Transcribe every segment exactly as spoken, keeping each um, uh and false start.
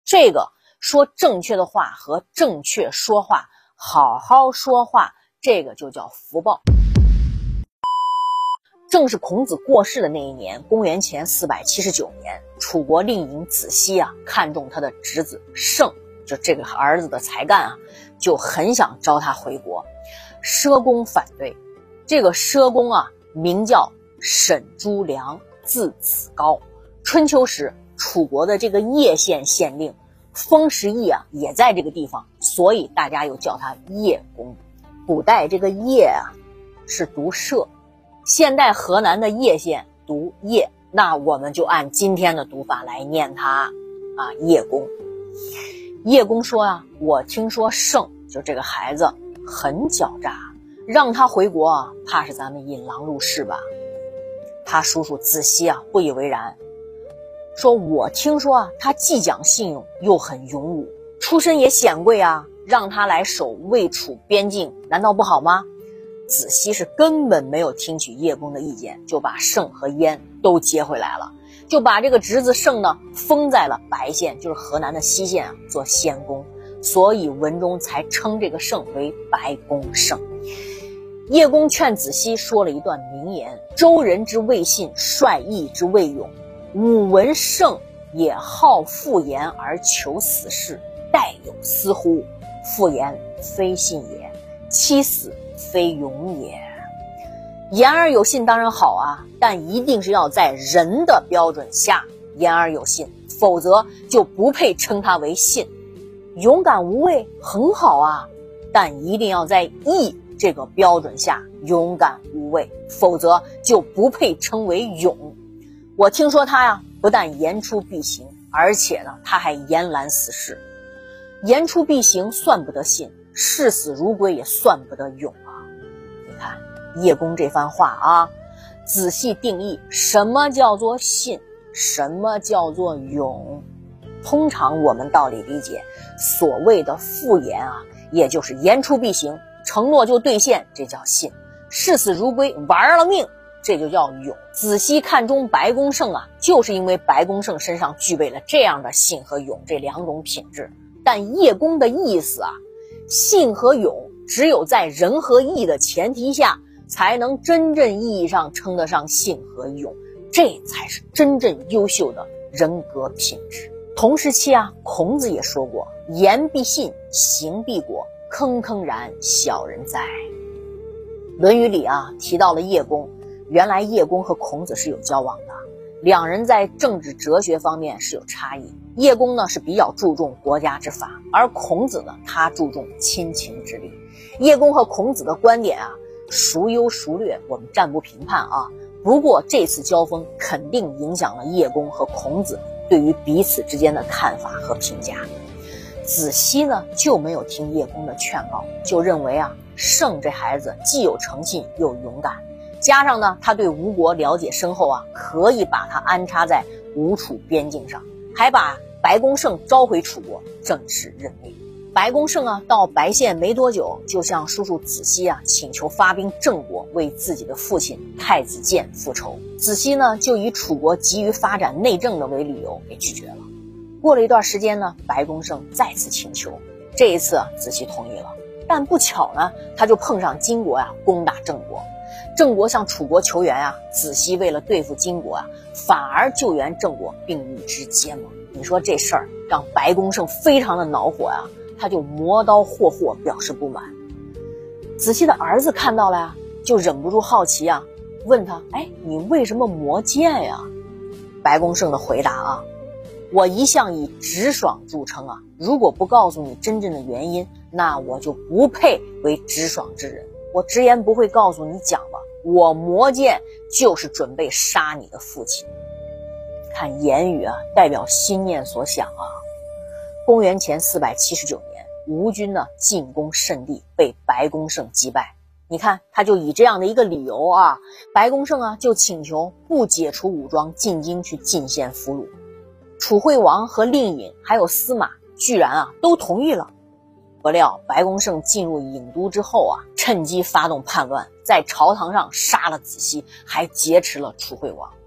这个说正确的话和正确说话，好好说话，这个就叫福报。正是孔子过世的那一年，公元前四百七十九年，楚国令尹子西啊，看中他的侄子胜，就这个儿子的才干啊，就很想招他回国。奢公反对。这个奢公啊，名叫沈朱良，字子高。春秋时，楚国的这个叶县县令封时义啊，也在这个地方，所以大家又叫他叶公。古代这个叶啊，是读社。现代河南的叶县读叶，那我们就按今天的读法来念它啊，叶公。叶公说啊，我听说胜就这个孩子很狡诈，让他回国啊，怕是咱们引狼入室吧。他叔叔子西啊不以为然，说我听说啊，他既讲信用又很勇武，出身也显贵啊，让他来守魏楚边境难道不好吗？子西是根本没有听取叶公的意见，就把胜和燕都接回来了，就把这个侄子胜呢封在了白县，就是河南的西县啊，做先公，所以文中才称这个胜为白公胜。叶公劝子西说了一段名言：周人之未信，率义之未勇，武文胜也好复言而求死事，待有思乎？复言非信也，妻死非勇也。言而有信当然好啊，但一定是要在人的标准下言而有信，否则就不配称它为信。勇敢无畏很好啊，但一定要在义这个标准下勇敢无畏，否则就不配称为勇。我听说他呀，不但言出必行，而且呢，他还严拦死事。言出必行算不得信，视死如归也算不得勇啊。你看叶公这番话啊，仔细定义什么叫做信，什么叫做勇。通常我们道理理解，所谓的复言啊，也就是言出必行，承诺就兑现，这叫信；视死如归，玩了命，这就叫勇。仔细看中白公胜啊，就是因为白公胜身上具备了这样的信和勇这两种品质。但叶公的意思啊，信和勇只有在仁和义的前提下，才能真正意义上称得上信和勇，这才是真正优秀的人格品质。同时期啊，孔子也说过：言必信，行必果，坑坑然，小人哉。论语里啊提到了叶公，原来叶公和孔子是有交往的，两人在政治哲学方面是有差异。叶公呢是比较注重国家之法，而孔子呢他注重亲情之力。叶公和孔子的观点啊孰优孰劣，我们暂不评判啊。不过这次交锋肯定影响了叶公和孔子对于彼此之间的看法和评价。子西呢就没有听叶公的劝告，就认为啊胜这孩子既有诚信又勇敢，加上呢他对吴国了解深厚啊，可以把他安插在吴楚边境上，还把白公胜召回楚国，正式任命。白公胜啊到白县没多久，就向叔叔子西啊请求发兵郑国，为自己的父亲太子建复仇。子西呢就以楚国急于发展内政的为理由给拒绝了。过了一段时间呢，白公胜再次请求，这一次啊子西同意了。但不巧呢，他就碰上金国啊攻打郑国，郑国向楚国求援啊，子西为了对付金国啊，反而救援郑国并与之结盟。你说这事儿让白公胜非常的恼火啊，他就磨刀霍霍表示不满。子西的儿子看到了呀，就忍不住好奇啊，问他：哎，你为什么磨剑呀？白公胜的回答啊，我一向以直爽著称啊，如果不告诉你真正的原因，那我就不配为直爽之人。我直言不讳告诉你讲吧，我磨剑就是准备杀你的父亲。看言语啊，代表心念所想啊。公元前四百七十九年，吴军呢进攻圣地，被白公胜击败。你看，他就以这样的一个理由啊，白公胜啊就请求不解除武装，进京去进献俘虏。楚惠王和令尹还有司马居然啊都同意了。不料白公胜进入郢都之后啊，趁机发动叛乱，在朝堂上杀了子西，还劫持了楚惠王。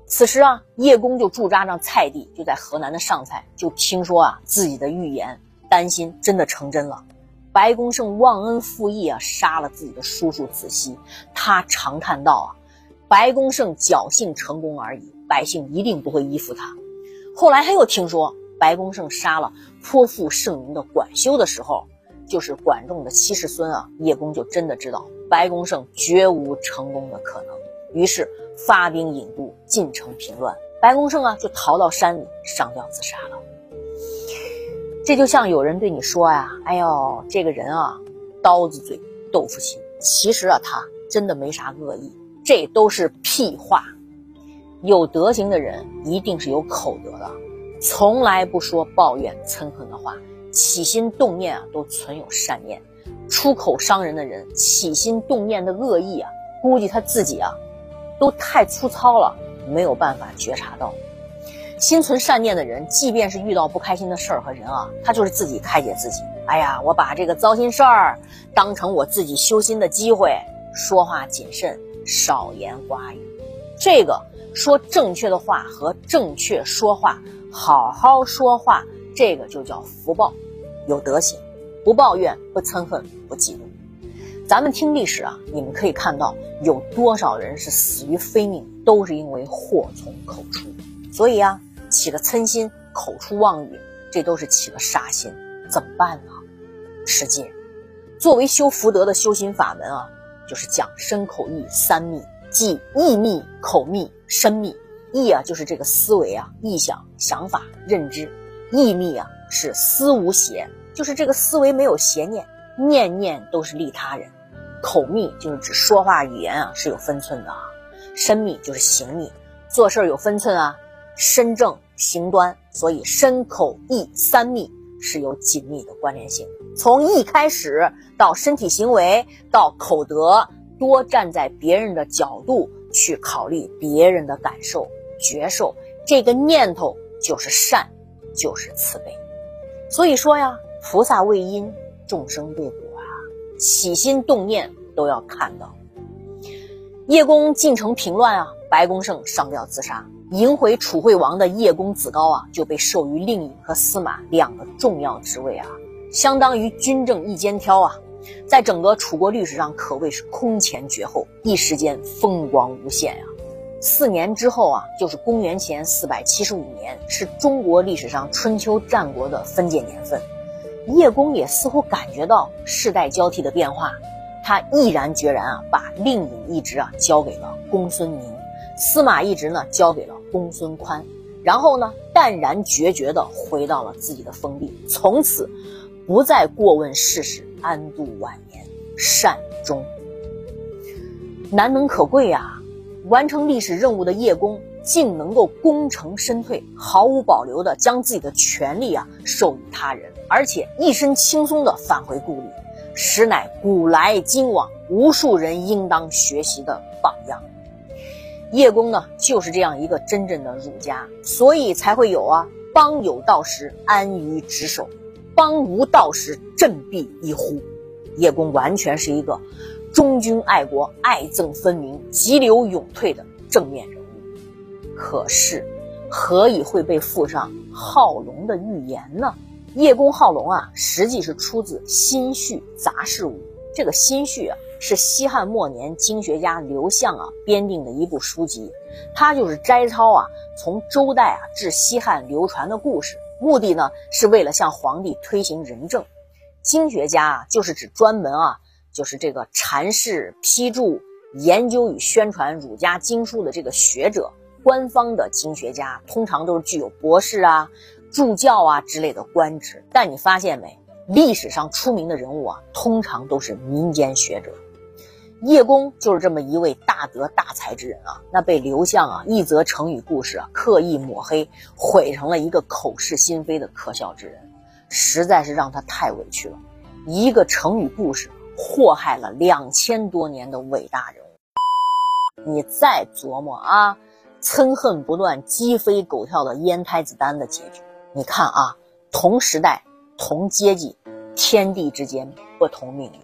此时啊，叶公就驻扎上蔡地，就在河南的上蔡，就听说啊自己的预言，担心真的成真了。白公胜忘恩负义啊，杀了自己的叔叔子熙。他长叹道啊，白公胜侥幸成功而已，百姓一定不会依附他。后来他又听说白公胜杀了颇负盛名的管修的时候，就是管仲的七世孙啊，叶公就真的知道白公胜绝无成功的可能，于是发兵引渡，进城平乱。白公胜啊就逃到山里上吊自杀了。这就像有人对你说呀，哎呦，这个人啊刀子嘴豆腐心，其实啊他真的没啥恶意，这都是屁话。有德行的人一定是有口德的，从来不说抱怨憎恨的话，起心动念啊都存有善念。出口伤人的人起心动念的恶意啊，估计他自己啊都太粗糙了，没有办法觉察到。心存善念的人，即便是遇到不开心的事儿和人啊，他就是自己开解自己。哎呀，我把这个糟心事儿当成我自己修心的机会，说话谨慎，少言寡语。这个说正确的话和正确说话，好好说话，这个就叫福报，有德行，不抱怨，不憎恨，不嫉妒。咱们听历史啊，你们可以看到有多少人是死于非命，都是因为祸从口出。所以啊，起了嗔心，口出妄语，这都是起了杀心，怎么办呢？持戒。作为修福德的修心法门啊，就是讲身口意三密，即意密、口密、身密。意啊就是这个思维啊、意想、想法、认知；意密啊是思无邪，就是这个思维没有邪念，念念都是利他人；口密就是指说话语言啊是有分寸的啊；身密就是行密，做事有分寸啊，身正行端，所以身口意三密是有紧密的关联性。从意开始到身体行为到口德，多站在别人的角度去考虑别人的感受觉受，这个念头就是善，就是慈悲。所以说呀，菩萨为因，众生为果啊，起心动念都要看到。叶公进城平乱啊，白公胜上吊自杀。迎回楚惠王的叶公子高啊，就被授予令尹和司马两个重要职位啊，相当于军政一肩挑啊，在整个楚国历史上可谓是空前绝后，一时间风光无限啊。四年之后啊，就是公元前四百七十五年，是中国历史上春秋战国的分界年份。叶公也似乎感觉到世代交替的变化，他毅然决然啊，把令尹一职啊交给了公孙宁，司马一职呢交给了公孙宽，然后呢淡然决绝地回到了自己的封地，从此不再过问世事，安度晚年，善终。难能可贵啊，完成历史任务的叶公竟能够功成身退，毫无保留地将自己的权利啊授予他人，而且一身轻松地返回故里，实乃古来今往无数人应当学习的榜样。叶公呢就是这样一个真正的儒家，所以才会有啊邦有道时安于职守，邦无道时振臂一呼。叶公完全是一个忠君爱国、爱憎分明、急流勇退的正面人物。可是何以会被附上好龙的预言呢？叶公好龙啊，实际是出自《新序杂事物》。这个《新序》啊，是西汉末年经学家刘向啊编定的一部书籍，它就是摘抄啊从周代啊至西汉流传的故事，目的呢是为了向皇帝推行仁政。经学家啊，就是指专门啊，就是这个阐释、批注、研究与宣传儒家经书的这个学者。官方的经学家通常都是具有博士啊、助教啊之类的官职，但你发现没？历史上出名的人物啊，通常都是民间学者。叶公就是这么一位大德大才之人啊，那被刘向啊一则成语故事啊刻意抹黑，毁成了一个口是心非的可笑之人，实在是让他太委屈了。一个成语故事祸害了两千多年的伟大人物。你再琢磨啊，憎恨不断、鸡飞狗跳的烟台子丹的结局。你看啊，同时代、同阶级，天地之间不同命运。